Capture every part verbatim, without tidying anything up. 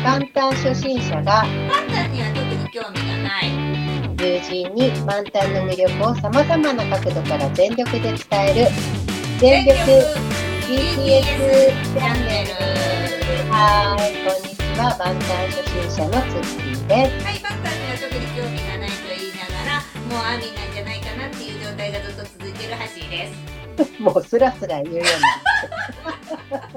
万端初心者がパンタンには特に興味がない友人に満タンの魅力をさまざまな角度から全力で伝える全力 ビーティーエス チャンネル。はい、こんにちは。万端初心者のツッキーです。 はい、パンタンには特に興味がないと言いながらもうアーミーなんじゃないかなっていう状態がずっと続いているハッシーです。 もうスラスラ言うように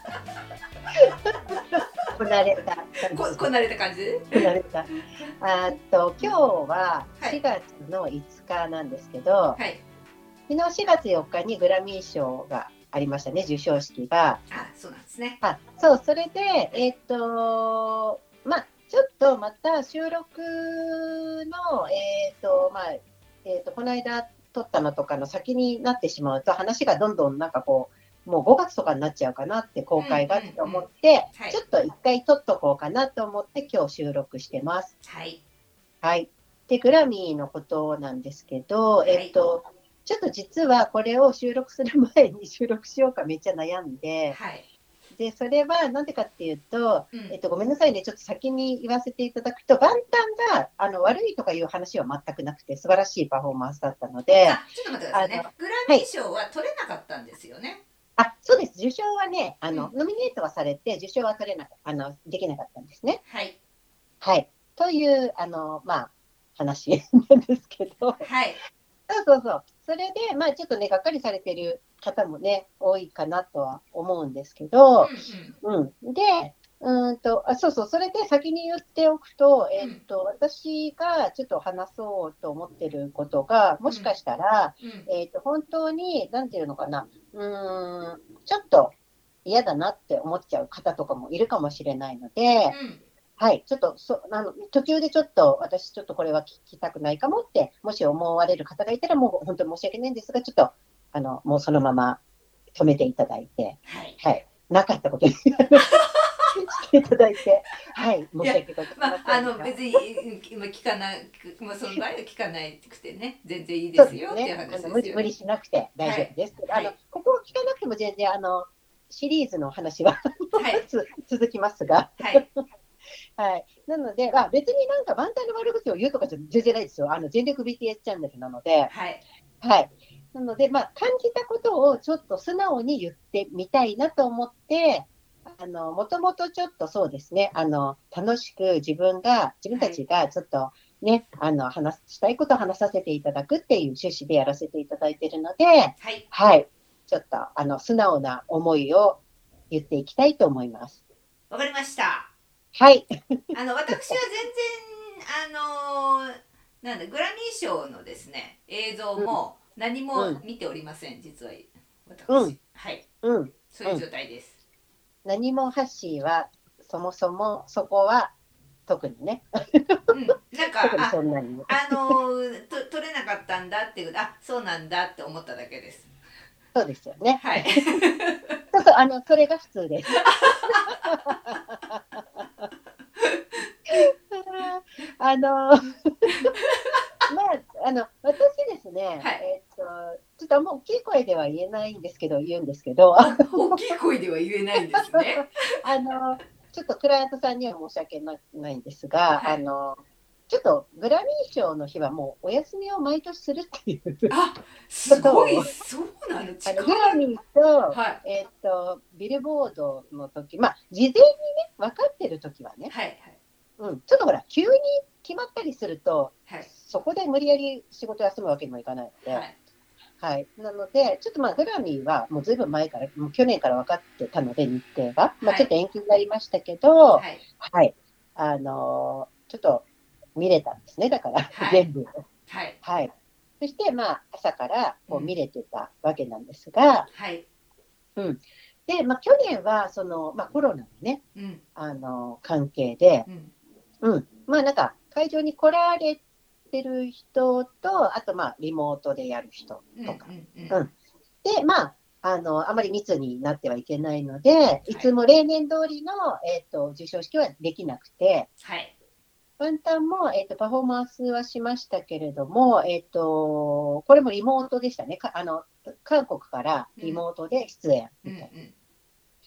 こなれたここなれた感じこなれたあと今日はしがつのいつかなんですけど、はい、昨日しがつよっかにグラミー賞がありましたね、授賞式が。 あ、そうなんですね。 あ、そう、それでえっとまあちょっとまた収録のえっとまあえっとこの間撮ったのとかの先になってしまうと話がどんどんなんかこうもうごがつとかになっちゃうかなって公開がと思って、うんうんうん、はい、ちょっと一回撮っとこうかなと思って今日収録してます。 はい。 はい。で、グラミーのことなんですけど、はい、えっと、ちょっと実はこれを収録する前に収録しようかめっちゃ悩んで、 はい、 で、それはなんでかっていうと、うん、えっと、ごめんなさいね、ちょっと先に言わせていただくと、万端があの悪いとかいう話は全くなくて、素晴らしいパフォーマンスだったので。 あ、ちょっと待ってくださいね。グラミー賞は取れなかったんですよね。はい、 あ、そうです。受賞はね、あの、うん、ノミネートはされて、受賞は取れなかあのできなかったんですね。 はい。 はい。というあのまあ話なんですけど。 はい。 そうそうそう。それでまあちょっとねがっかりされてる方もね多いかなとは思うんですけど、うん、うんうん、で。うんとあそうそうそれで先に言っておくと、えー、っと、うん、私がちょっと話そうと思ってることがもしかしたら、うん、えー、っと本当になんていうのかな、うーんちょっと嫌だなって思っちゃう方とかもいるかもしれないので、うん、はいちょっとそあの途中でちょっと私ちょっとこれは聞きたくないかもってもし思われる方がいたらもう本当に申し訳ないんですがちょっとあのもうそのまま止めていただいて、はい、はい、なかったことにしていただいて、はい、申し訳ございません。 まあ、あの別に今聞かなく、まあその場合は聞かないくてね、全然いいですよっていう話ですよね。 無理無理しなくて大丈夫です。はい、あのここを聞かなくても全然あのシリーズの話は、はい、続きますが、はい、はい、なので、あ、別になんか万端の悪口を言うとかじゃ全然ないですよ。あの全力 ビーティーエス チャンネルなので、 はい、 はい。なので、まあ感じたことをちょっと素直に言ってみたいなと思って。あのもともとちょっとそうですね、あの楽しく自分が自分たちがちょっとね、はい、あの話したいことを話させていただくっていう趣旨でやらせていただいているので、はい、はい、ちょっとあの素直な思いを言っていきたいと思います。 わかりました。 はい。 あの私は全然あのなんだグラミー賞のですね映像も何も見ておりません、うん、実は私、うん、はい、うん、そういう状態です。 何もハッシーはそもそもそこは特にね、 うん、なんかあ、そんなにあのと取れなかったんだっていうあそうなんだって思っただけです。 そうですよね。 はい。 そうそうあのそれが普通です。あのまああの私ですね、はい、えー、っとちょっとあんま大きい声では言えないんですけど言うんですけど大きい声では言えないんですね。 あのちょっとクライアントさんには申し訳ないんですが、はい、あのちょっとグラミー賞の日はもうお休みを毎年するっていうあすごいそうなのあのグラミーと、はい、えー、っとビルボードの時まあ事前にね分かってる時はね、はいはいうん、ちょっとほら急に決まったりすると、はい、そこで無理やり仕事休むわけにもいかないので、はいはい、なのでちょっとまあグラミーはもうずいぶん前からもう去年から分かってたので日程が、まあ、ちょっと延期になりましたけど、はいはい、あのー、ちょっと見れたんですねだから、はい、全部、はいはい、そしてまあ朝からこう見れてたわけなんですが、うんはいうん、でまあ、去年はその、まあ、コロナのね、うん、あのー、関係で、うんうん、まあなんか会場に来られててる人とあとまあリモートでやる人とか、うんうんうんうん、でまああのあまり密になってはいけないので、はい、いつも例年通りの、えー、と授賞式はできなくて、はい、万端も、えー、とパフォーマンスはしましたけれども、えー、とこれもリモートでしたねかあの韓国からリモートで出演みたいな、うんうんうん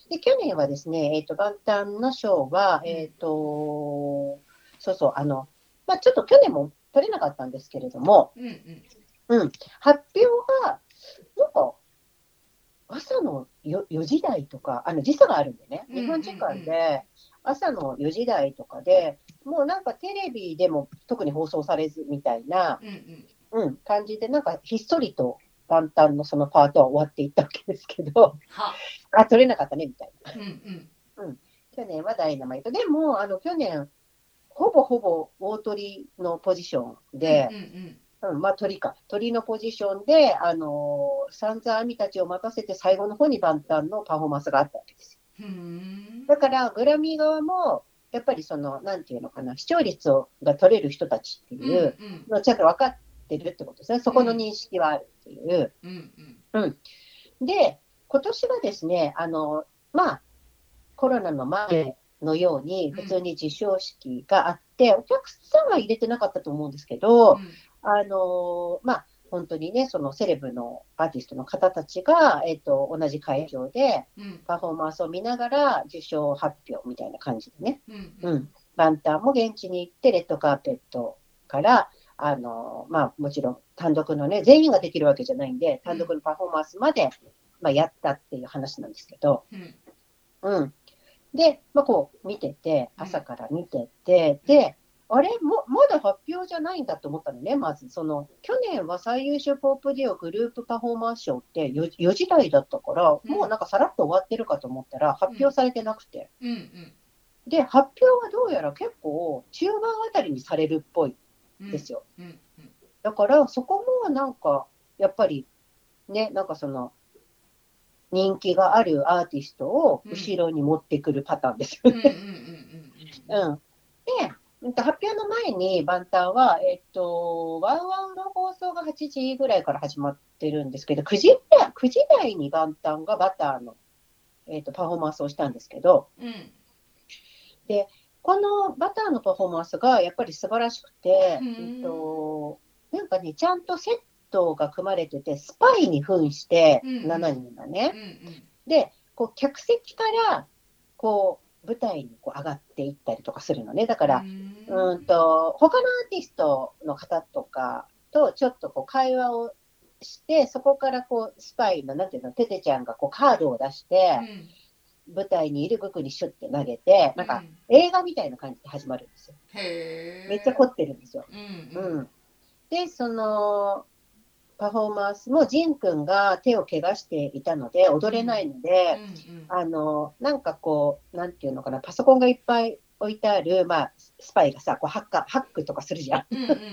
で去年はですね、えーと、万端の賞は、えーと、そうそう、あの、まあ、ちょっと去年も取れなかったんですけれども、うんうんうん、発表が、なんか、朝の よ, よじ台とか、あの時差があるんでね、日本時間で朝のよじ台とかで、もうなんかテレビでも特に放送されずみたいな、うんうん、感じで、なんかひっそりと万端のそのパートは終わっていったわけですけど、あ、取れなかったねみたいな。うんうんうん、去年はダイナマイト。でも、あの去年、ほぼほぼ大鳥のポジションで、うんうんうんうん、まあ鳥か。鳥のポジションで、あのー、散々網たちを任せて最後の方に万端のパフォーマンスがあったわけですよ。だから、グラミー側も、やっぱりその、なんていうのかな、視聴率をが取れる人たちっていうのをちゃんと分かってるってことですね。そこの認識はあるっていう。うんうんうんうん、で、今年はですね、あの、まあ、コロナの前のように、普通に授賞式があって、うん、お客さんは入れてなかったと思うんですけど、うん、あのまあ、本当にね、そのセレブのアーティストの方たちが、えっと、同じ会場でパフォーマンスを見ながら受賞発表みたいな感じでね、うんうん、バンタンも現地に行って、レッドカーペットから、あのまあ、もちろん単独のね、全員ができるわけじゃないんで、単独のパフォーマンスまで、まあ、やったっていう話なんですけど、うん、うんで、まあ、こう見てて、朝から見てて、うん、で、あれも、まだ発表じゃないんだと思ったのね、まず。その、去年は最優秀ポップデュオグループパフォーマンス賞って 4, よじ台だったから、うん、もうなんかさらっと終わってるかと思ったら、発表されてなくて。うんうん、で、発表はどうやら結構、中盤あたりにされるっぽいですよ。うんうんうん、だから、そこもなんか、やっぱり、ね、なんかその、人気があるアーティストを後ろに持ってくるパターンですよね。で、発表の前に万端は、えっと、ワンワンの放送がはちじぐらいから始まってるんですけど、くじ、くじ台に万端がバターの、えっと、パフォーマンスをしたんですけど、うん、で、このバターのパフォーマンスがやっぱり素晴らしくて、えっと、なんかね、ちゃんとセットが組まれてて、スパイに扮してしちにんがね、うんうん、でこう客席からこう舞台にこう上がっていったりとかするのね。だからうんうんと他のアーティストの方とかとちょっとこう会話をして、そこからこうスパイのなんていうの、テテちゃんがこうカードを出して、うん、舞台にいる僕にシュッて投げて、なんか映画みたいな感じで始まるんですよ。へー、めっちゃ凝ってるんですよ。うんうんうん、でそのパフォーマンスもジン君が手を怪我していたので踊れないので、うんうんうん、あのなんかこうなんていうのかな、パソコンがいっぱい置いてある、まあ、スパイがさこうハッカハックとかするじゃん。うんうんうんうん、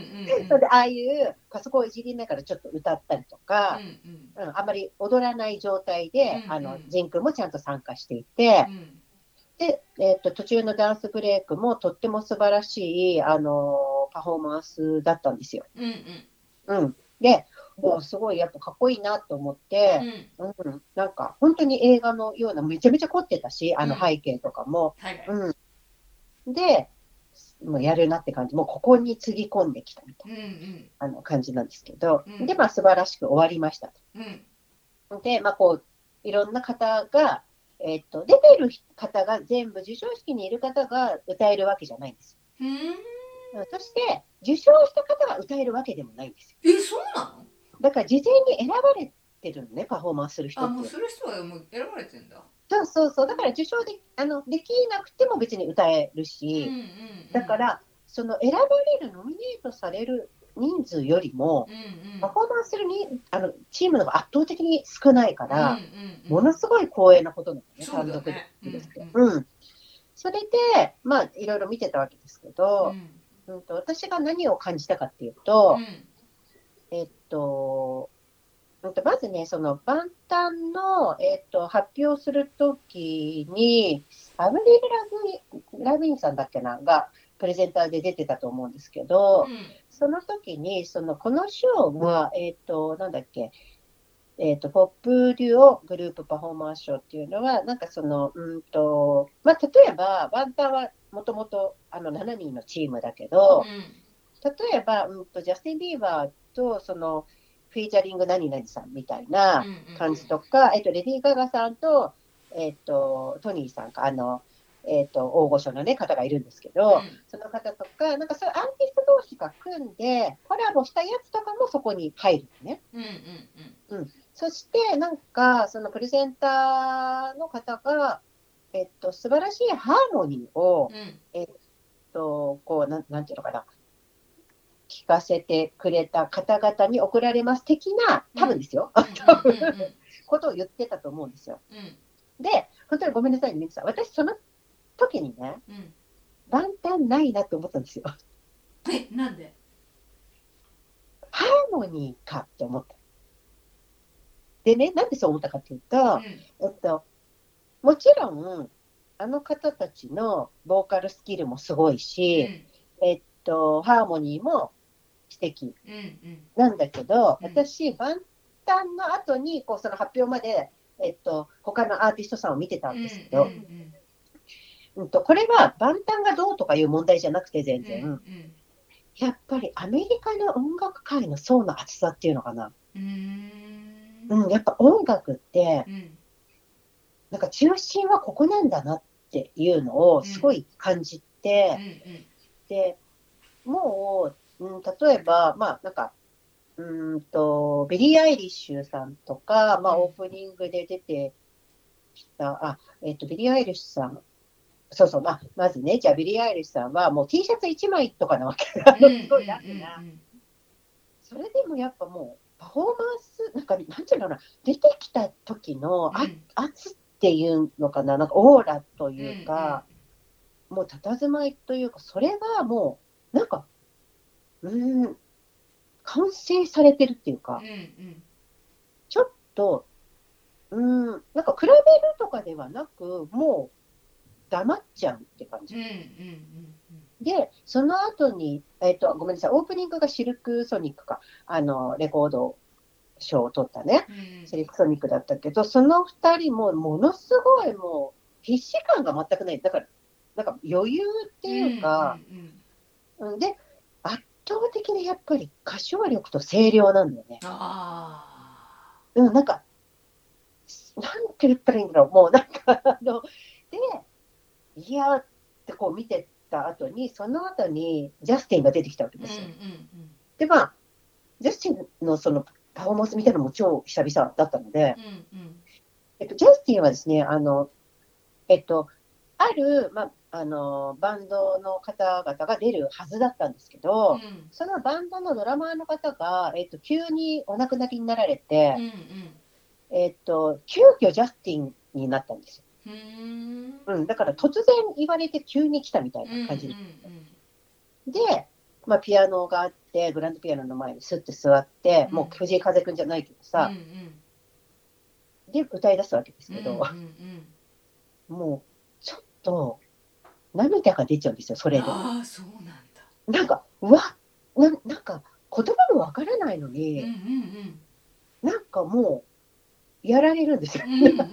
それでああいうパソコンをいじりながらちょっと歌ったりとか、うんうんうん、あんまり踊らない状態で、うんうん、あのジン君もちゃんと参加していて、うん、で、えー、と途中のダンスブレイクもとっても素晴らしいあのパフォーマンスだったんですよ。うんうんうん、ですごいやっぱかっこいいなと思って、うんうん、なんか本当に映画のようなめちゃめちゃ凝ってたし、あの背景とかも、うんはいはいうん、でもうやるなって感じ、もうここにつぎ込んできたみたいな、うんうん、あの感じなんですけど、うん、でまあ素晴らしく終わりましたと、うん、でまあこういろんな方が、えー、っと出てる方が全部授賞式にいる方が歌えるわけじゃないんですよ。うん、そして受賞した方が歌えるわけでもないんですよ。 え、そうなの？ だから事前に選ばれてるのね、パフォーマンスする人って。 あ、もうする人はもう選ばれてるんだ。 そうそうそう、だから受賞であのできなくても別に歌えるし、うんうんうん、だからその選ばれるノミネートされる人数よりも、うんうん、パフォーマンスするにあのチームのが圧倒的に少ないから、うんうんうん、ものすごい光栄なことなのね、単独でですけど、うんうんうん、それでまあいろいろ見てたわけですけど、うんうん、と私が何を感じたかっていうと、うん、えっとまずね、その万端の、えー、と発表するときに、アブリル・ラビンさんだっけな、がプレゼンターで出てたと思うんですけど、うん、その時に、そのこの賞は、えっ、ー、と、なんだっけ、えっ、ー、と、ポップデュオグループパフォーマンス賞っていうのは、なんかその、うんと、まあ、例えば、万端はもともとあのしちにんのチームだけど、うん、例えば、うんと、ジャスティン・ビーバーと、その、フィーチャリング何々さんみたいな感じとか、うんうんうん、えっと、レディー・ガガさんとえっと、トニーさんか、あの、えっと、大御所の、ね、方がいるんですけど、うん、その方とか、なんかそういうアーティスト同士が組んで、コラボしたやつとかもそこに入るのね。うんうんうんうん、そして、なんか、そのプレゼンターの方が、えっと、素晴らしいハーモニーを、うん、えっと、こう、なん、なんていうのかな、聞かせてくれた方々に送られます的な、多分ですよ、うん、多分、ことを言ってたと思うんですよ。うん、で、本当にごめんなさいね、皆さん。私、その時にね、うん、万端ないなって思ったんですよ。 え、なんで？ ハーモニーかって思った。でね、なんでそう思ったかっていうと、うん、えっと、もちろん、あの方たちのボーカルスキルもすごいし、うん、えっと、ハーモニーも素敵なんだけど、うんうん、私、万端の後にこうその発表まで、えっと、他のアーティストさんを見てたんですけど、うんうんうんうん、とこれは万端がどうとかいう問題じゃなくて全然、うんうん、やっぱりアメリカの音楽界の層の厚さっていうのかな。うーん、うん、やっぱ音楽って、うん、なんか中心はここなんだなっていうのをすごい感じて、うんうんうん、で、もう、うん、例えば、まあ、なんか、うんと、ビリー・アイリッシュさんとか、まあ、オープニングで出てきた、あ、えっと、ビリー・アイリッシュさん、そうそう、まあ、まずね、じゃあビリー・アイリッシュさんはもう T シャツいちまいとかなわけ。あの、すごいラフな。それでもやっぱもう、パフォーマンス、なんか、なんていうのかな、出てきた時のあ、うん、圧っていうのかな、なんかオーラというか、うんうん、もう佇まいというか、それがもう、なんか、うん、完成されてるっていうか、うんうん、ちょっと、うん、なんか比べるとかではなく、もう黙っちゃうって感じ。うんうんうんうん、で、その後に、えっと、ごめんなさい、オープニングがシルクソニックか、あの、レコード賞を取ったね、うん、シルクソニックだったけど、そのふたりもものすごいもう必死感が全くない。だから、なんか余裕っていうか、うんうんうん、で、圧倒的にやっぱり歌唱力と声量なんだよね。あ、うん、なんか、なんて言ったらいいんだろう、もうなんか、あの、で、いやーってこう見てた後に、その後にジャスティンが出てきたわけですよ。うんうんうん、で、まあ、ジャスティンのそのパフォーマンス見たのも超久々だったので、うんうん、えっと、ジャスティンはですね、あの、えっと、ある、まあ、あのバンドの方々が出るはずだったんですけど、うん、そのバンドのドラマーの方が、えっと、急にお亡くなりになられて、うんうん、えっと、急遽ジャスティンになったんですよ。うーん、うん、だから突然言われて急に来たみたいな感じで、うんうんうん、で、まあ、ピアノがあってグランドピアノの前にスッて座って、うん、もう藤井風くんじゃないけどさ、うんうん、で歌い出すわけですけど、うんうんうん、もうちょっと涙が出ちゃうんですよ、それで。ああ、そうなんだ。なんかうわな、なんか言葉もわからないのに、うんうんうん、なんかもうやられるんですよ。うんうんうん、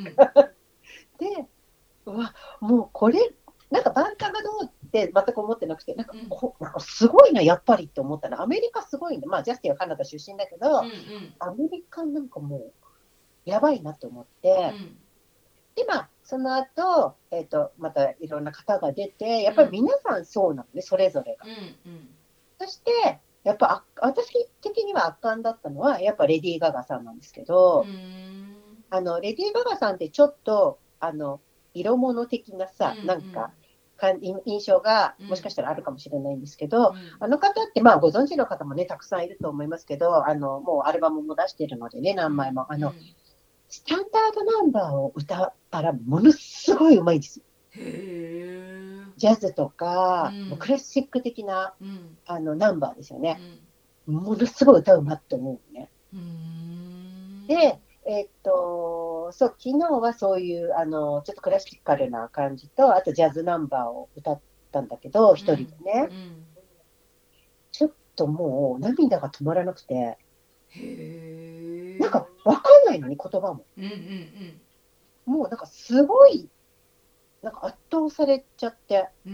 で、うわ、もうこれ、なんか万端がどうって全く思ってなくて、なんかこ、うん、なんかすごいな、やっぱりって思ったの。アメリカすごいね。まあ、ジャスティンはカナダ出身だけど、うんうん、アメリカなんかもう、やばいなと思って、うん、で、まあ、その後、えっと、またいろんな方が出て、やっぱり皆さんそうなのね、それぞれが。うんうん、そして、やっぱ私的には圧巻だったのは、やっぱレディー・ガガさんなんですけど、あのレディー・ガガさんってちょっと、あの、色物的なさ、うんうん、なんか、印象がもしかしたらあるかもしれないんですけど、うん、あの方って、まあ、ご存知の方もね、たくさんいると思いますけど、あの、もうアルバムも出しているのでね、何枚も。あの、うん、スタンダードナンバーを歌ったらものすごいうまいんですよ。へー、ジャズとか、うん、もうクラシック的な、うん、あのナンバーですよね。うん、ものすごい歌うまって思うね。うーん、で、えー、っと、そう、昨日はそういうあのちょっとクラシカルな感じと、あとジャズナンバーを歌ったんだけど、一、うん、人でね、うん、ちょっともう涙が止まらなくて、へー、なんか分かんないのに言葉も、うんうんうん、もうなんかすごいなんか圧倒されちゃって、うん、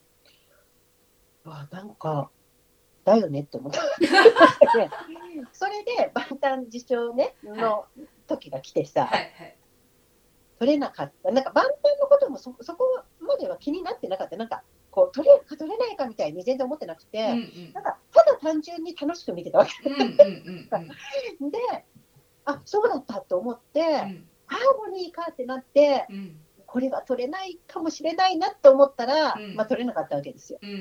わなんかだよねって思ったそれで万端受賞ねの時が来てさ、はいはい、 取れなかった。なんか万端のことも そ, そこまでは気になってなかった。なんかこう取れるか取れないかみたいに全然思ってなくて、うんうん、なんかただ単純に楽しく見てたわけ。うんうんうんうん、で、あ、そうだったと思って、うん、ああ、もういいかってなって、うん、これは取れないかもしれないなって思ったら、うん、まあ取れなかったわけですよ。うんうんうん、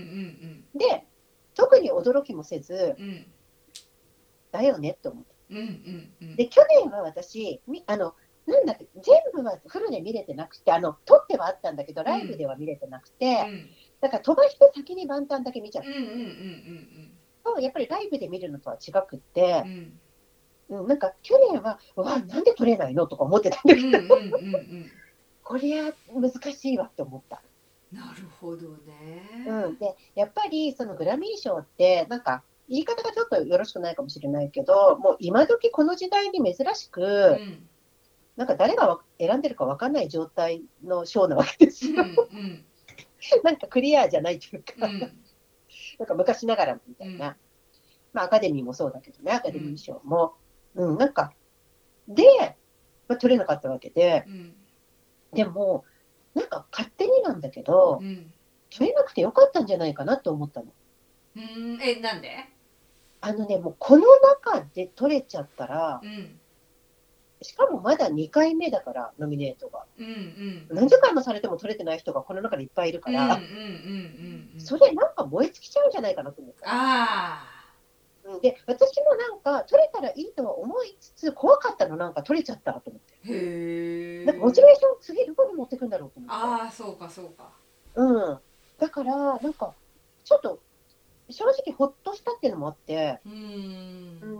で、特に驚きもせず、うん、だよねって思って。うんうんうん、で、去年は私、あの、なんだっけ、全部はフルで見れてなくて、あの、撮ってはあったんだけど、ライブでは見れてなくて、うん、だから飛ばして先に万端だけ見ちゃった。うんうんうんうん、やっぱりライブで見るのとは違くって、うん、なんか去年は、わ、なんで撮れないのとか思ってたんだけど、うんうんうんうん、こりゃ難しいわって思った。 なるほどね。 うん、で、やっぱりそのグラミー賞って、なんか、言い方がちょっとよろしくないかもしれないけど、もう今時この時代に珍しく、うん、なんか誰が選んでるか分かんない状態の賞なわけですよ。うんうん、なんかクリアじゃないというか、うん、なんか昔ながらみたいな、うん、まあアカデミーもそうだけどね、アカデミー賞も、うん、うん、なんか、で、まあ、取れなかったわけで、うん、でも、なんか勝手になんだけど、うん、取れなくてよかったんじゃないかなと思ったの。 うん、え、なんで？ あのね、もうこの中で取れちゃったら、うん、しかもまだにかいめだから、ノミネートが。うんうん、何十回もされても取れてない人がこの中でいっぱいいるから、それなんか燃え尽きちゃうんじゃないかなと思った。あで、私もなんか取れたらいいとは思いつつ、怖かったの、なんか取れちゃったと思って。へなんかモチベーション次どこに持ってくんだろうと思って。 ああ、そうかそうか。 うん。だから、なんか、ちょっと、正直ほっとしたっていうのもあって、うん、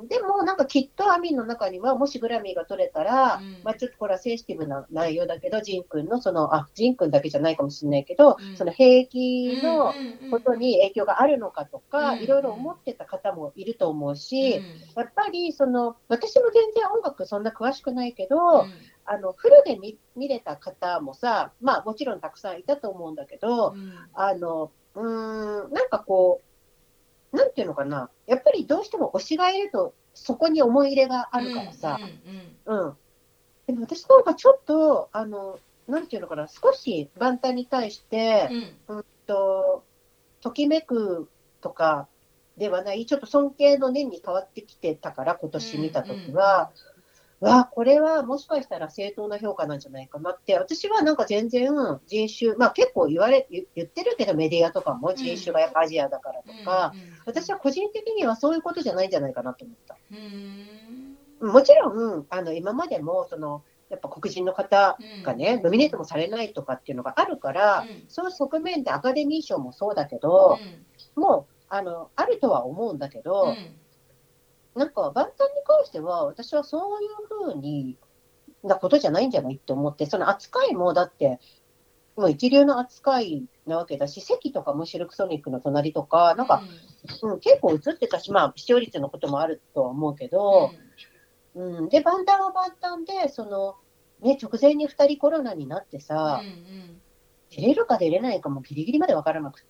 でもなんかきっとアミンの中にはもしグラミーが取れたら、うん、まあちょっとこれはセンシティブな内容だけど、ジン君のその、あ、ジン君だけじゃないかもしれないけど、うん、その兵役のことに影響があるのかとか、いろいろ思ってた方もいると思うし、うん、やっぱりその、私も全然音楽そんな詳しくないけど、うん、あのフルで 見, 見れた方もさ、まあもちろんたくさんいたと思うんだけど、うん、あの、うーん、なんかこう、なんていうのかな、やっぱりどうしても推しがいると、そこに思い入れがあるからさ、うん、うんうん、でも私なんかちょっと、あの、なんていうのかな、少し万端に対して、うん、うんと、ときめくとかではない、ちょっと尊敬の念に変わってきてたから、今年見たときは、うんうんうん、わあ、これはもしかしたら正当な評価なんじゃないかなって、私はなんか全然人種、まあ結構言われ、言ってるけどメディアとかも人種がやっぱアジアだからとか、うんうんうん、私は個人的にはそういうことじゃないんじゃないかなと思った。うん、もちろん、あの、今までも、その、やっぱ黒人の方がね、うん、ノミネートもされないとかっていうのがあるから、うん、そういう側面でアカデミー賞もそうだけど、うん、もう、あの、あるとは思うんだけど、うんなんか万端に関しては私はそういう風になことじゃないんじゃないって思って、その扱いもだってもう一流の扱いなわけだし、席とかもシルクソニックの隣とかなんか、うんうん、結構映ってたし、まあ視聴率のこともあるとは思うけど、うんうん、で万端は万端でそのね直前にふたりコロナになってさ、うんうん、出れるか出れないかもギリギリまで分からなくって、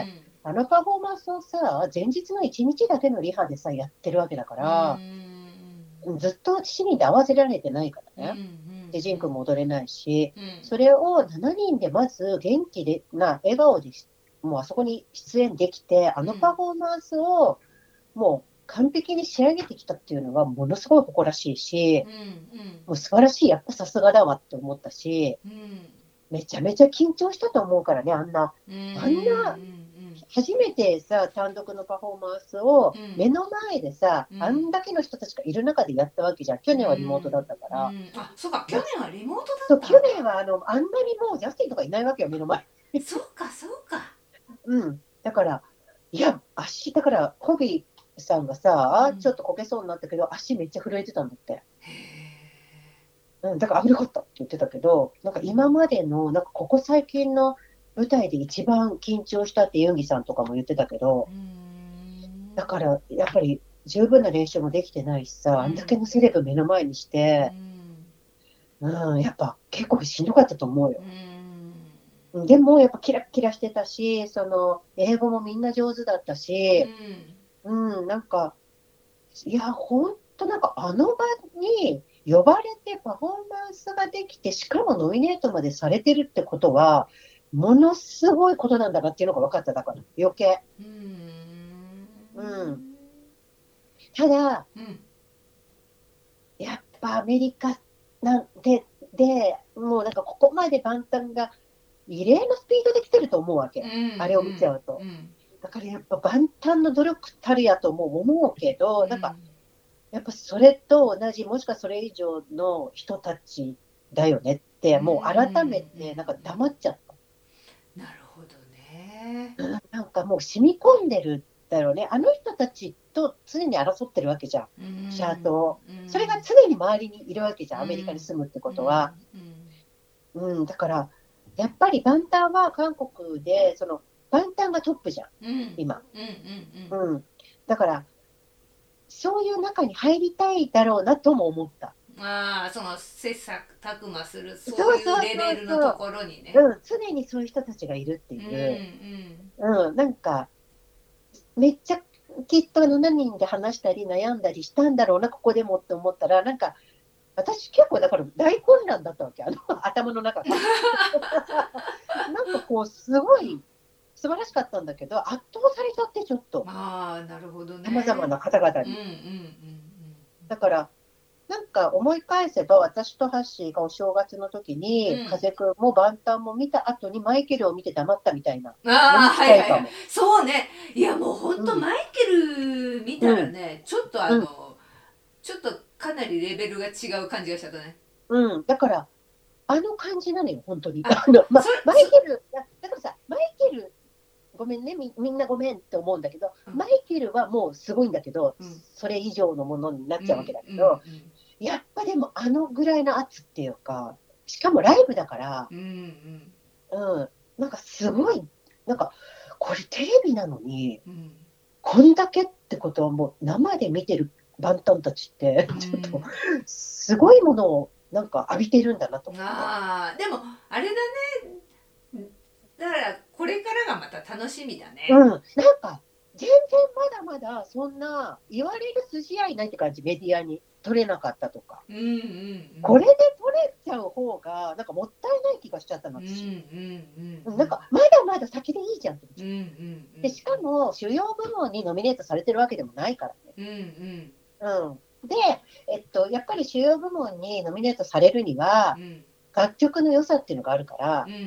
うん、あのパフォーマンスをさ前日のいちにちだけのリハでさやってるわけだから、うん、ずっとしちにんで合わせられてないからね、うんうん、でジン君も踊れないし、うん、それをしちにんでまず元気でな笑顔でもうあそこに出演できて、あのパフォーマンスをもう完璧に仕上げてきたっていうのはものすごい誇らしいし、うんうん、もう素晴らしい、やっぱさすがだわって思ったし、うんめちゃめちゃ緊張したと思うからね、あんな、あんな、初めてさ、単独のパフォーマンスを目の前でさ、うん、あんだけの人たちがいる中でやったわけじゃん。去年はリモートだったから。 うんうん、あ、そうか、去年はリモートだったそう、去年はあの、あんなにもうジャスティンとかいないわけよ、目の前。 そうか、そうか。 うん。だから、いや、足、だから、コビさんがさ、うん、ちょっとこけそうになったけど、足めっちゃ震えてたんだって。うん、だから危なかったって言ってたけど、なんか今までの、なんかここ最近の舞台で一番緊張したってユンギさんとかも言ってたけど、だからやっぱり十分な練習もできてないしさ、あんだけのセレブ目の前にして、うん、やっぱ結構しんどかったと思うよ。でもやっぱキラッキラしてたし、その英語もみんな上手だったし、うん、うん、なんか、いや、ほんとなんかあの場に、 呼ばれてパフォーマンスができて、しかもノミネートまでされてるってことは、ものすごいことなんだなっていうのが分かった。だから余計。うーん、うん、ただ、うん、やっぱアメリカなんてでもうなんかここまで万端が異例のスピードで来てると思うわけ、うん、あれを見ちゃうと、うん、だからやっぱ万端の努力たるやとも思うけど、うん、なんかやっぱそれと同じ、もしくはそれ以上の人たちだよねって、もう改めてなんか黙っちゃった。 なるほどね。 なんかもう染み込んでるだろうね。あの人たちと常に争ってるわけじゃん、チャートを。それが常に周りにいるわけじゃん、アメリカに住むってことは。うん、だからやっぱり万端は韓国で、その万端がトップじゃん、今。うん、だからそういう中に入りたいだろうなとも思った。 ああ、その切磋琢磨するそういうレベルのところにね。 うん、常にそういう人たちがいるっていう、うん、うんうん、なんかめっちゃきっとしちにんで話したり悩んだりしたんだろうな、ここでもって思ったら、なんか私結構だから大混乱だったわけ、あの頭の中が。なんかこうすごい素晴らしかったんだけど、圧倒されちゃって、ちょっと。 ああ、なるほどね。 さまざまな方々に。うんうんうんうん、だからなんか思い返せば、私とハッシーがお正月の時に、うん、風くんも万端も見た後にマイケルを見て黙ったみたいな。 ああ、はいはいはい。そうね。いやもう本当、うん、マイケル見たらね、うん、ちょっとあの、うん、ちょっとかなりレベルが違う感じがしちゃったね。 うん、だからあの感じなのよ、本当に。あの、ま、マイケル、だからさ、マイケル、ごめんね、み、みんなごめんって思うんだけど、うん、マイケルはもうすごいんだけど、うん、それ以上のものになっちゃうわけだけど、うんうんうん、やっぱでもあのぐらいの圧っていうか、しかもライブだから、うんうん、うん、なんかすごい、なんかこれテレビなのに、うん、こんだけってことはもう生で見てるバンタンたちって、うん、ちょっとすごいものをなんか浴びてるんだなと思って。 ああ、でもあれだね。だからこれからがまた楽しみだね。 うん、なんか全然まだまだそんな言われる筋合いないって感じ、メディアに取れなかったとか、うんうんうん、これで取れちゃう方がなんかもったいない気がしちゃったの私、うんうんうん、なんかまだまだ先でいいじゃんって、うんうんうん、でしかも主要部門にノミネートされてるわけでもないからね、うんうんうん、で、えっと、やっぱり主要部門にノミネートされるには、うん、楽曲の良さっていうのがあるから、うんうんうん、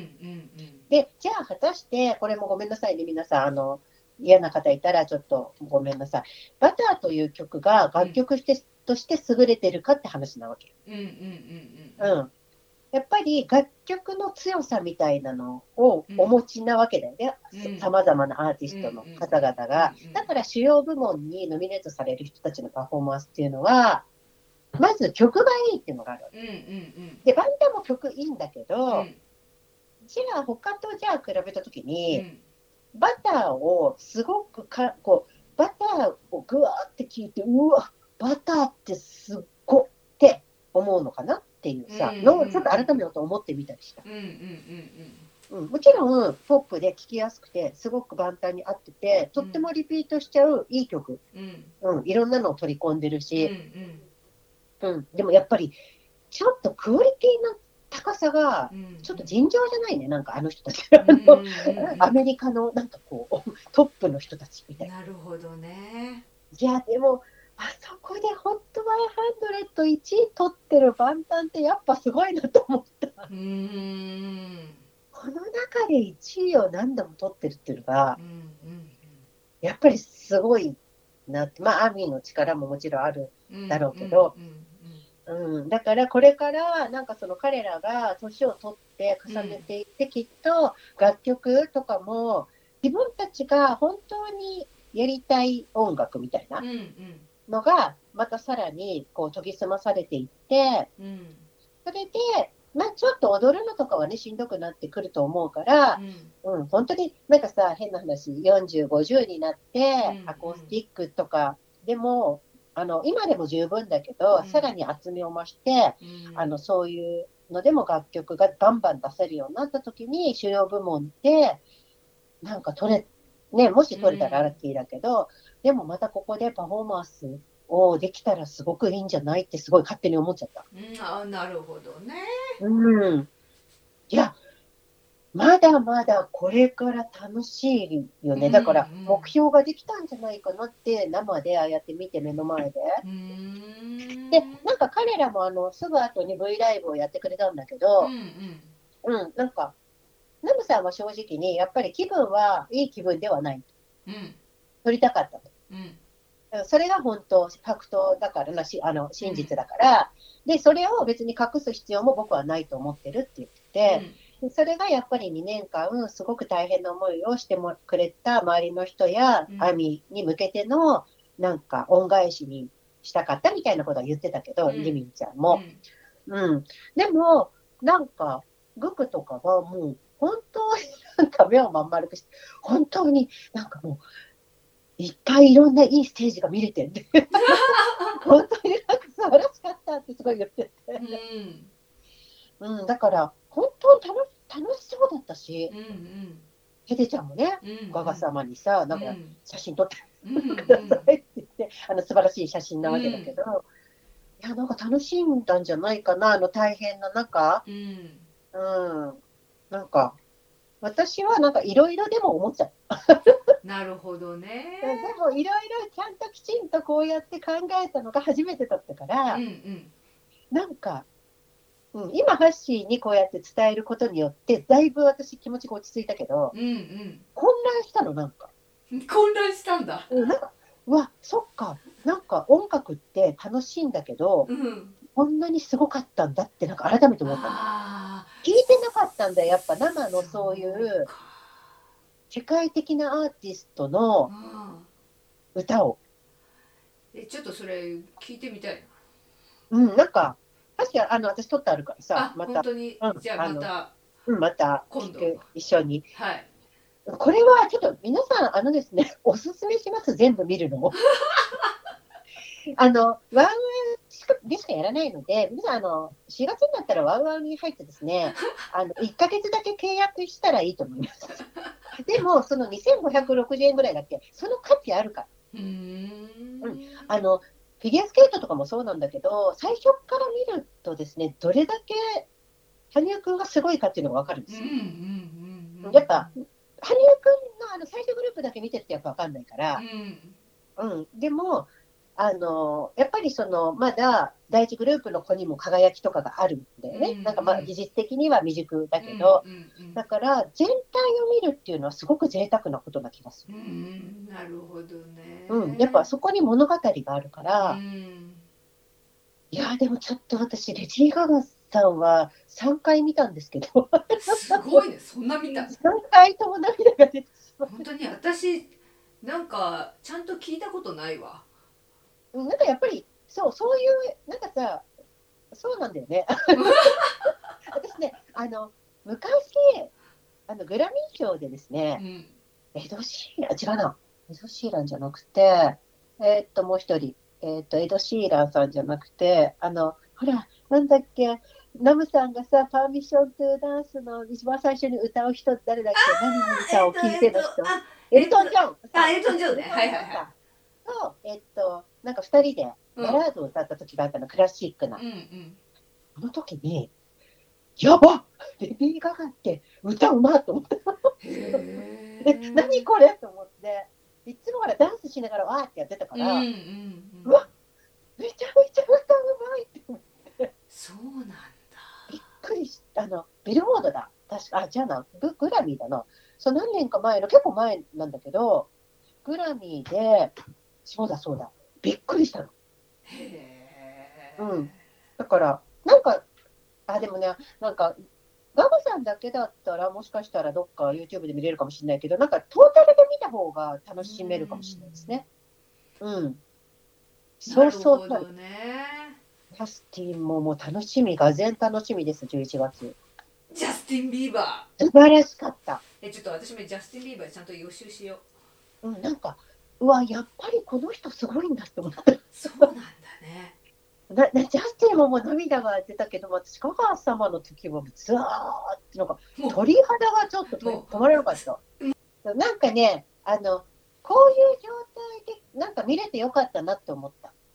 でじゃあ果たしてこれもごめんなさいね皆さん、あの嫌な方いたらちょっとごめんなさい。バターという曲が楽曲して、うん、として優れてるかって話なわけ。うんうんうんうん。うん。やっぱり楽曲の強さみたいなのをお持ちなわけだよね。さまざまなアーティストの方々が。だから主要部門にノミネートされる人たちのパフォーマンスっていうのは、まず曲がいいっていうのがあるわけ。うんうんうん、で、バンドも曲いいんだけど、うん、じゃあ他とじゃあ比べたときに、うんバターをすごくかこうバターをぐわーって聞いて、うわバターってすっごって思うのかなっていうさ、うんうんうん、のをちょっと改めようと思ってみたりした、うんうんうんうん、もちろんポップで聴きやすくてすごく万端に合っててとってもリピートしちゃういい曲、うんうん、いろんなのを取り込んでるし、うんうんうん、でもやっぱりちょっとクオリティの高さがちょっと尋常じゃないね、なんかあの人たち、うん、アメリカのなんかこうトップの人たちみたいな。 なるほどね。 いやでもあそこでホットワンハンドレッドいちい取ってる万端ってやっぱすごいなと思った。うーんこの中でいちいを何度も取ってるっていうのが、うんうんうん、やっぱりすごいなって、まあアーミーの力ももちろんあるだろうけど、うんうんうんうん、だからこれからなんかその彼らが年を取って重ねていって、うん、きっと楽曲とかも自分たちが本当にやりたい音楽みたいなのがまたさらにこう研ぎ澄まされていって、うん、それで、まあ、ちょっと踊るのとかはねしんどくなってくると思うから、うんうん、本当になんかさ変な話よんじゅう、ごじゅうになって、うん、アコースティックとかでもあの今でも十分だけど、うん、さらに厚みを増して、うん、あのそういうのでも楽曲がバンバン出せるようになった時に主要部門でなんか取れ、ね、もし取れたらラッキーだけど、うん、でもまたここでパフォーマンスをできたらすごくいいんじゃないってすごい勝手に思っちゃった。 うん、あ、なるほどね。 うん。いや、まだまだこれから楽しいよね。だから目標ができたんじゃないかなって生でああやって見て目の前で。 うんで、なんか彼らもあのすぐ後に V ライブをやってくれたんだけど、 うん、 うん、なんかナムさんは正直にやっぱり気分はいい気分ではない。 うん、 撮りたかったと。 うん、 それが本当、ファクトだからなし、あの真実だから、うん、で、それを別に隠す必要も僕はないと思ってるって言ってて、うん、それがやっぱりにねんかん、すごく大変な思いをしてもくれた周りの人や、うん、アミに向けての、なんか恩返しにしたかったみたいなことは言ってたけど、うん、リミンちゃんも。うん。うん、でも、なんか、グクとかはもう、本当になんか目をまん丸くして、本当になんかもう、いっぱいいろんないいステージが見れてんで本当になんか素晴らしかったってすごい言ってて、うんうん、だから本当に 楽, 楽しそうだったし、うんうん、ヘデちゃんもね、うんうん、ガガ様にさなんか写真撮ってくださいって言って、あの素晴らしい写真なわけだけど、うん、いやなんか楽しんだんじゃないかな、あの大変な中、うんうん、なんか私はなんかいろいろでも思っちゃうなるほどね。 でもいろいろちゃんときちんとこうやって考えたのが初めてだったから、うんうん、なんか、うん、今ハッシーにこうやって伝えることによってだいぶ私気持ちが落ち着いたけど、うんうん、混乱したの。なんか混乱したんだ。 うん、なんかうわそっか、なんか音楽って楽しいんだけど、うん、こんなにすごかったんだってなんか改めて思ったの。聞いてなかったんだよやっぱ生のそういう世界的なアーティストの歌を。 え、ちょっとそれ聞いてみたいな。うん、なんか確かあの私撮ってあるからさ、 また本当に、うん、じゃあまたうん、また今度一緒に。 はい。 これはちょっと皆さんあのですね、おすすめします。全部見るのも。あのワンワンでしかやらないので、皆さんあのしがつになったらワンワンに入ってですね、あのいっかげつだけ契約したらいいと思います。でもそのにせんごひゃくろくじゅうえんぐらいだっけ、その価値あるから。うん、うん、あのフィギュアスケートとかもそうなんだけど、最初から見るとですね、どれだけ羽生くんがすごいかっていうのが分かるんですよ。うんうんうん、やっぱ羽生くんのあの最初グループだけ見てるとやっぱ分かんないから、うんうん、でもあのやっぱりそのまだ第一グループの子にも輝きとかがあるんだよね、うんうん、なんかまあ技術的には未熟だけど、うんうんうん、だから全体を見るっていうのはすごく贅沢なことな気がする。うん、 なるほどね、 うん、やっぱそこに物語があるから、うん、いやでもちょっと私レディー・ガガさんはさんかい見たんですけどすごいね、そんな見たさんかいとも涙が出てしまう。 本当に私なんかちゃんと聞いたことないわ。 なんかやっぱりそうそういうなんかさ、そうなんだよね私ね、あの昔あのグラミー賞でですね、うん、エド・シーラン違うなエド・シーランじゃなくてえー、っともう一人、えー、っとエド・シーランさんじゃなくて、あのほらなんだっけ、ナムさんがさパーミッション・トゥ・ダンスの一番最初に歌う人誰だっけ、何々さんを聴いてる人、エルトン・ジョン、 あ、エルトン・ジョンね、はいはいはいと、えっとなんかふたりでバラードを歌った時があったの、うん、クラシックな、うんうん、その時にやばっレディー・ガガって歌うまと思ってえ何これと思って、いつもからダンスしながらわーってやってたから、うんうんうん、うわめちゃめちゃ歌うまいって思って、 そうなんだ、 びっくりした。あのビルボードだ確か、あじゃあなグラミーだな、そう何年か前の結構前なんだけどグラミーで、そうだそうだびっくりしたの。へー、うん、だからなんかあでもね、なんかガガさんだけだったらもしかしたらどっか YouTube で見れるかもしれないけど、なんかトータルで見た方が楽しめるかもしれないですね。うん。そうそう。なるほどね。ジャスティンももう楽しみ、がぜん楽しみです。じゅういちがつ。 ジャスティン・ビーバー。素晴らしかった。 え、ちょっと私もジャスティン・ビーバーちゃんと予習しよう。うん、なんかうわやっぱりこの人すごいんだって思った。 そうなんだね。 ななジャスティンももう涙が出たけど、私ガガ様の時はずーっとなんか鳥肌がちょっと止まらなかった。なんかね、あのこういう状態でなんか見れてよかったなって思った。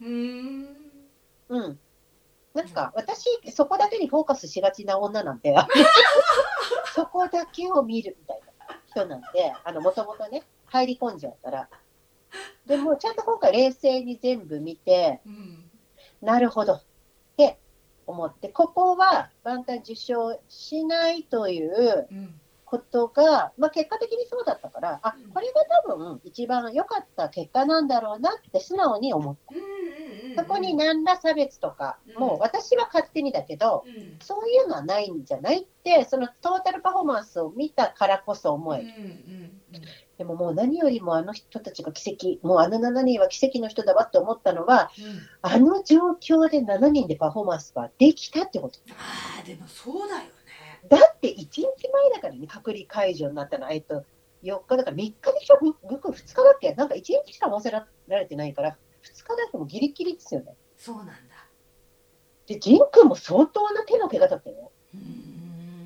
うん。 うん。なんか私そこだけにフォーカスしがちな女なんでそこだけを見るみたいな人なんで、あのもともとね入り込んじゃうから。でもちゃんと今回冷静に全部見て、うん、なるほどって思って、ここは万端受賞しないということが、まあ、結果的にそうだったから、あ、これが多分一番良かった結果なんだろうなって素直に思った。そこに何ら差別とか、もう私は勝手にだけど、そういうのはないんじゃないって、そのトータルパフォーマンスを見たからこそ思える。でももう何よりもあの人たちが奇跡、もうあのしちにんは奇跡の人だわって思ったのは、うん、あの状況でしちにんでパフォーマンスができたってこと。 ああ、でもそうだよね。 だっていちにちまえだからね、隔離解除になったの、えっと、よっかだからみっかでしょ、僕ふつかだっけ、なんかいちにちしか合わせられてないから、ふつかだともギリギリですよね。 そうなんだ。 で、ジン君も相当な手の怪我だったよ。うん。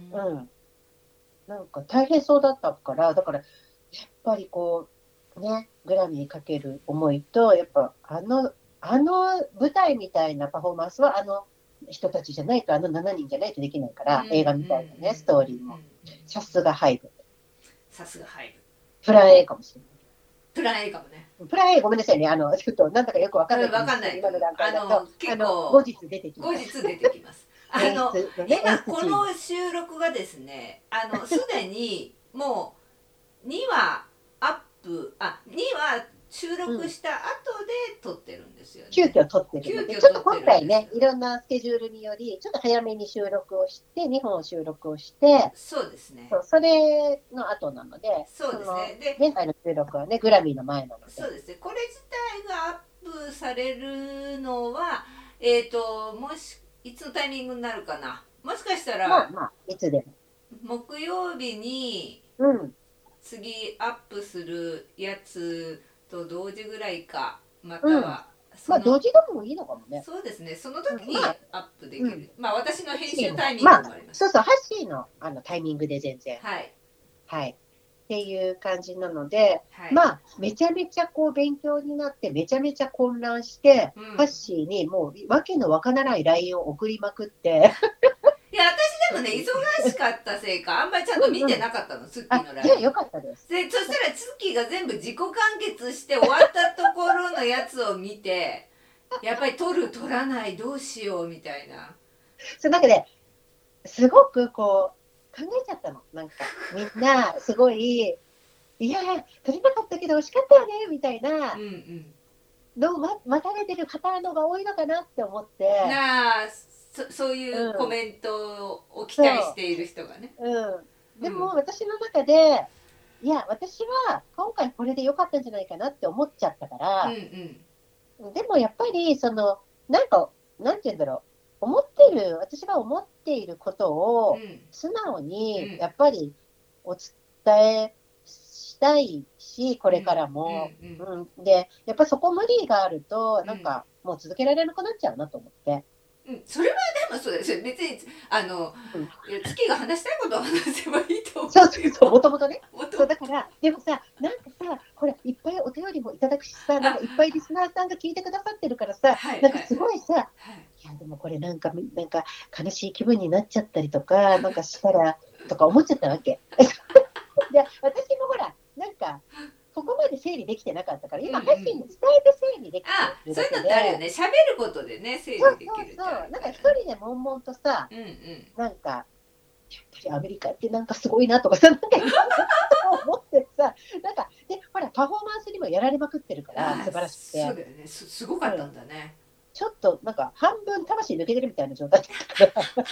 うん。なんか大変そうだったから、だから、やっぱりこう、ね、グラミーにかける思いと、やっぱあの、あの舞台みたいなパフォーマンスは、あの人たちじゃないと、あのしちにんじゃないとできないから、うん、映画みたいなね、ストーリーも。さすがハイブ。 さすがハイブ。 プラン A かもしれない。 プラン A かもね。 プラン A ごめんなさいね。あの、ちょっとなんだかよくわかんない。 わかんない。 今の段階だと、 あの、結構、 後日出てきます。 後日出てきます。あの、ね、今この収録がですね、あの、すでにもうにわアップ、あ、にわ収録した後で撮ってるんですよね。 急遽撮ってるので、ちょっと今回ね、いろんなスケジュールにより、ちょっと早めに収録をして、にほん収録をして、 そうですね。 そう、それの後なので、 そうですね。で、 現在の収録はね、グラミーの前なので。 そうですね。これ自体がアップされるのは、えっと、もし、いつのタイミングになるかな。もしかしたら、 まあまあ、いつでも。木曜日に、 うん、 次アップするやつと同時ぐらいか、または、うん、 まあ同時でもいいのかもね。 そうですね。その時にアップできる。うん、まあ私の編集タイミングもあります。まあ、 そうそう、ハッシーのあのタイミングで全然。 はい。 はい。っていう感じなので、はい、まあめちゃめちゃこう勉強になってめちゃめちゃ混乱して、うん、ハッシーにもうわけのわからない ライン を送りまくって。 いや私でもね忙しかったせいかあんまりちゃんと見てなかったの、うんうん、ツッキーのライン。 いやよかったです。 でそしたらツッキーが全部自己完結して終わったところのやつを見てやっぱり取る取らないどうしようみたいな。 そうなんかねすごくこう考えちゃったの。なんかみんなすごいいや取れなかったけど惜しかったよねみたいなのを待たれてる方のが多いのかなって思って。 なあそ, そういうコメントを期待している人がね。 うんうん、でも私の中でいや私は今回これで良かったんじゃないかなって思っちゃったから、うんうん、でもやっぱりそのなんかなんて言うんだろう思ってる私が思っていることを素直にやっぱりお伝えしたいしこれからも、うんうんうん、でやっぱそこ無理があるとなんかもう続けられなくなっちゃうなと思って。 うん、それはでもそうですよ別にあの、うん、月が話したいことを話せばいいと思う。 そうそうそうもともとねそうだからでもさなんかさこれいっぱいお便りもいただくしさなんかいっぱいリスナーさんが聞いてくださってるからさ、はい、なんかすごいさ、はい、いやでもこれなんかなんか悲しい気分になっちゃったりとかなんかしたらとか思っちゃったわけで私もほらなんかここまで整理できてなかったから今発信に伝えて整理できてるだけで、あ、そういうのってあるよね。喋ることでね整理できるってあるから。 そうそうそうなんか一人で悶々とさ、うんうん、なんかやっぱりアメリカってなんかすごいなとかさなんか思ってさなんかでほらパフォーマンスにもやられまくってるから素晴らしくて。 そうだよね す, すごかったんだね、 うん、ちょっとなんか半分魂抜けてるみたいな状態だったから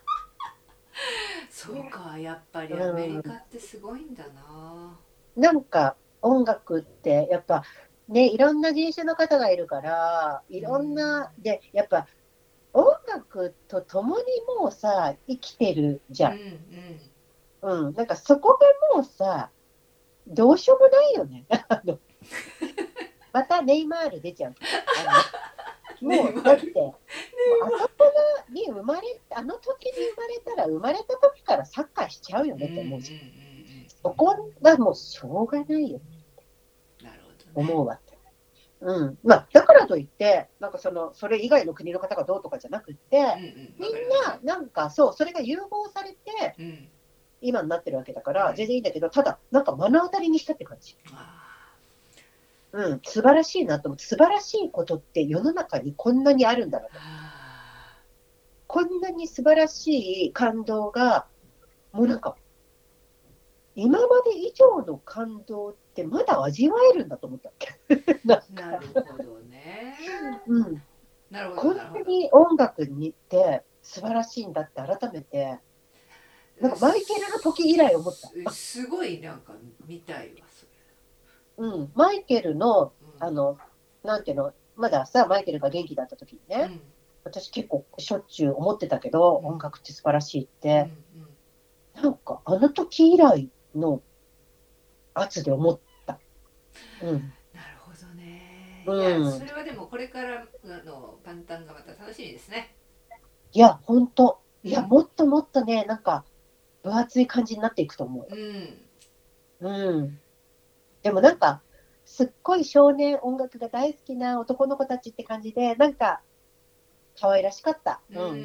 そうかやっぱりアメリカってすごいんだな、 うん、なんか音楽ってやっぱねいろんな人種の方がいるからいろんな、うん、でやっぱ音楽と共にもうさ生きてるじゃん、うん、うん、なんかそこがもうさどうしようもないよねまたネイマール出ちゃうあのもうだってもうあそこに生まれあの時に生まれたら生まれた時からサッカーしちゃうよねって思うじゃん、うんうんうんうん、そこがもうしょうがないよねって思うわけ。 うん、まあだからといってなんかそのそれ以外の国の方がどうとかじゃなくて、うんうん、みんななんかそうそれが融合されて、うん、今になってるわけだから、うん、全然いいんだけど、ただなんか目の当たりにしたって感じ。うん、素晴らしいなと思って、素晴らしいことって世の中にこんなにあるんだなと。こんなに素晴らしい感動がもうなんか今まで以上の感動ってまだ味わえるんだと思ったっけ。 なるほどね。 うん。なるほど。こんなに音楽にって素晴らしいんだって改めて、なんかマイケルの時以来思った。 すごいなんか見たいわそれ。うん。マイケルの、うん、あのなんていうの、まださマイケルが元気だった時にね、うん、私結構しょっちゅう思ってたけど、うん、音楽って素晴らしいって、うんうん、なんかあの時以来の圧で思った。 うん、なるほどね。いや、うん、それはでもこれからのパンタンがまた楽しみですね。 いや本当、いや、うん、もっともっとねなんか分厚い感じになっていくと思う。うん。うん。でもなんかすっごい少年音楽が大好きな男の子たちって感じでなんか可愛らしかった。うん。うん、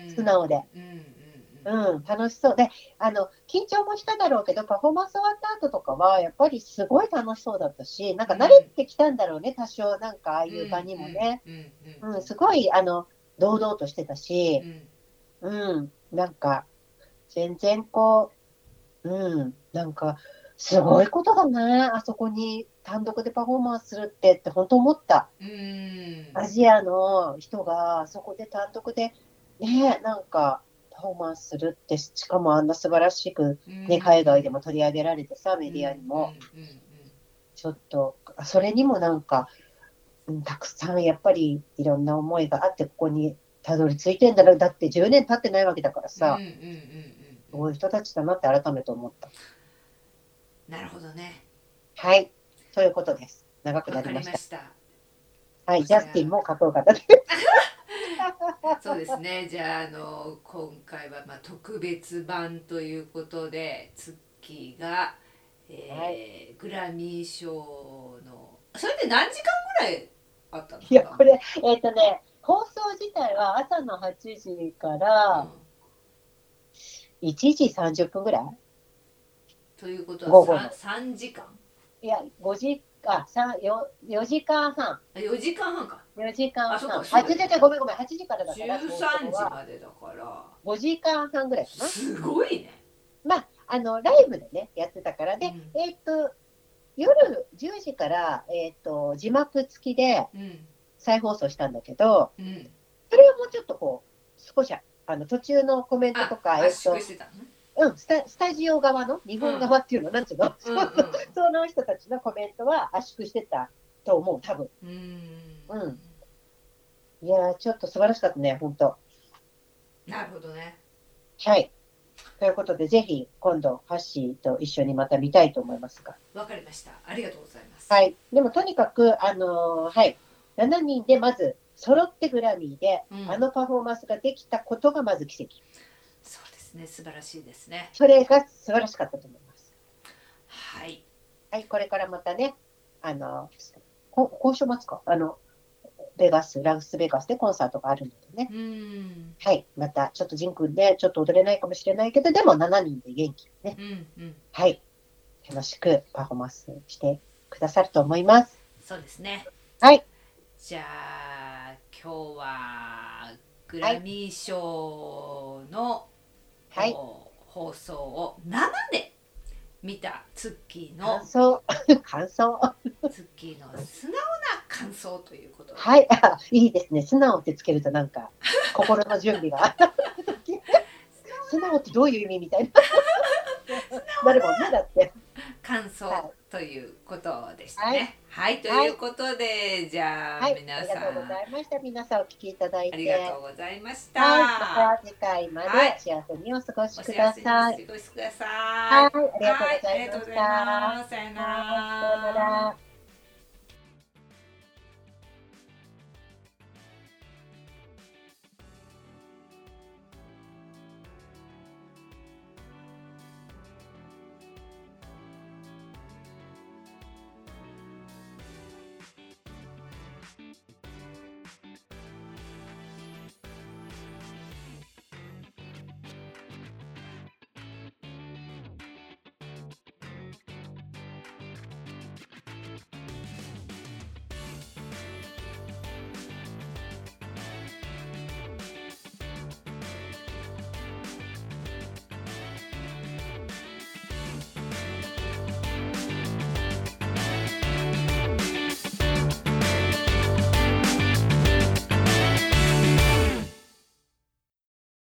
素直で。うんうん、楽しそうで、あの緊張もしただろうけどパフォーマンス終わった後とかはやっぱりすごい楽しそうだったし、なんか慣れてきたんだろうね、うん、多少なんかああいう場にもね、うん、うん、すごいあの堂々としてたし、うん、うん、なんか全然こう、うん、なんかすごいことだね、あそこに単独でパフォーマンスするってって本当思った。うん、アジアの人があそこで単独でね、なんかパフォーマンスするって、しかもあんな素晴らしく、ね、海外でも取り上げられてさ、メディアにも、ちょっとそれにもなんか、うん、たくさんやっぱりいろんな思いがあってここにたどり着いてんだろう。だってじゅうねん経ってないわけだからさ、そういう人たちだなって改めて思った。 なるほどね。 はい、そういうことです。長くなりました。 わかりました。 はい、ジャスティンもかっこよかったです。 そうですね。じゃあ、あの今回はまあ特別版ということで、ツッキーが、えーはい、グラミー賞のそれって何時間ぐらいあったのかな。 いやこれえっ、ー、とね放送自体は朝のはちじからいちじさんじゅっぷんぐらい。 ということは 3, さんじかん。 いやごじあよよじかんはん。 よじかんはんか。 よじかんはん。あ、そうかそうか。はちじごめんごめんはちじからだから。 じゅうさんじまでだからごじかんはんぐらいかな。 すごいね。 まああのライブでねやってたからで、うん、えっ、ー、と夜じゅうじからえっ、ー、と字幕付きで再放送したんだけど、うん、それはもうちょっとこう少しあの途中のコメントとかえっ、ー、としてたのね。 うん、スタ、スタジオ側の日本側っていうの、うん、なんていうの、うんうん、その人たちのコメントは圧縮してたと思う、多分。うん。うん。いやちょっと素晴らしかったね、本当。 なるほどね。 はい。ということで、ぜひ今度ハッシーと一緒にまた見たいと思いますが。 わかりました。ありがとうございます。 はい。でもとにかくあのー、はい、しちにんでまず揃ってグラミーで、うん、あのパフォーマンスができたことがまず奇跡。 そうですね、素晴らしいですね。 それが素晴らしかったと思います。 はい。 はい、これからまたね、あの、今週末か、あの、ベガス、ラスベガスでコンサートがあるのでね。うんはい、またちょっとジン君でちょっと踊れないかもしれないけど、でもしちにんで元気にね、うんうん、はい、楽しくパフォーマンスしてくださると思います。 そうですね。 はい。 じゃあ今日はグラミー賞の、はい、放送を生で見たツッキーの感想感想ツッキーの素直な感想ということで、 はい、あ、いいですね。素直ってつけるとなんか心の準備が素直ってどういう意味みたいななるもんね、だって感想ということでしたね。はい、はい、ということで、はい、じゃあ、はい、皆さん、 ありがとうございました。皆さんお聞きいただいてありがとうございました。 はい、また次回まで幸せにお過ごしください。 お過ごしください。 はい、ありがとうございました。 さよなら。 さよなら。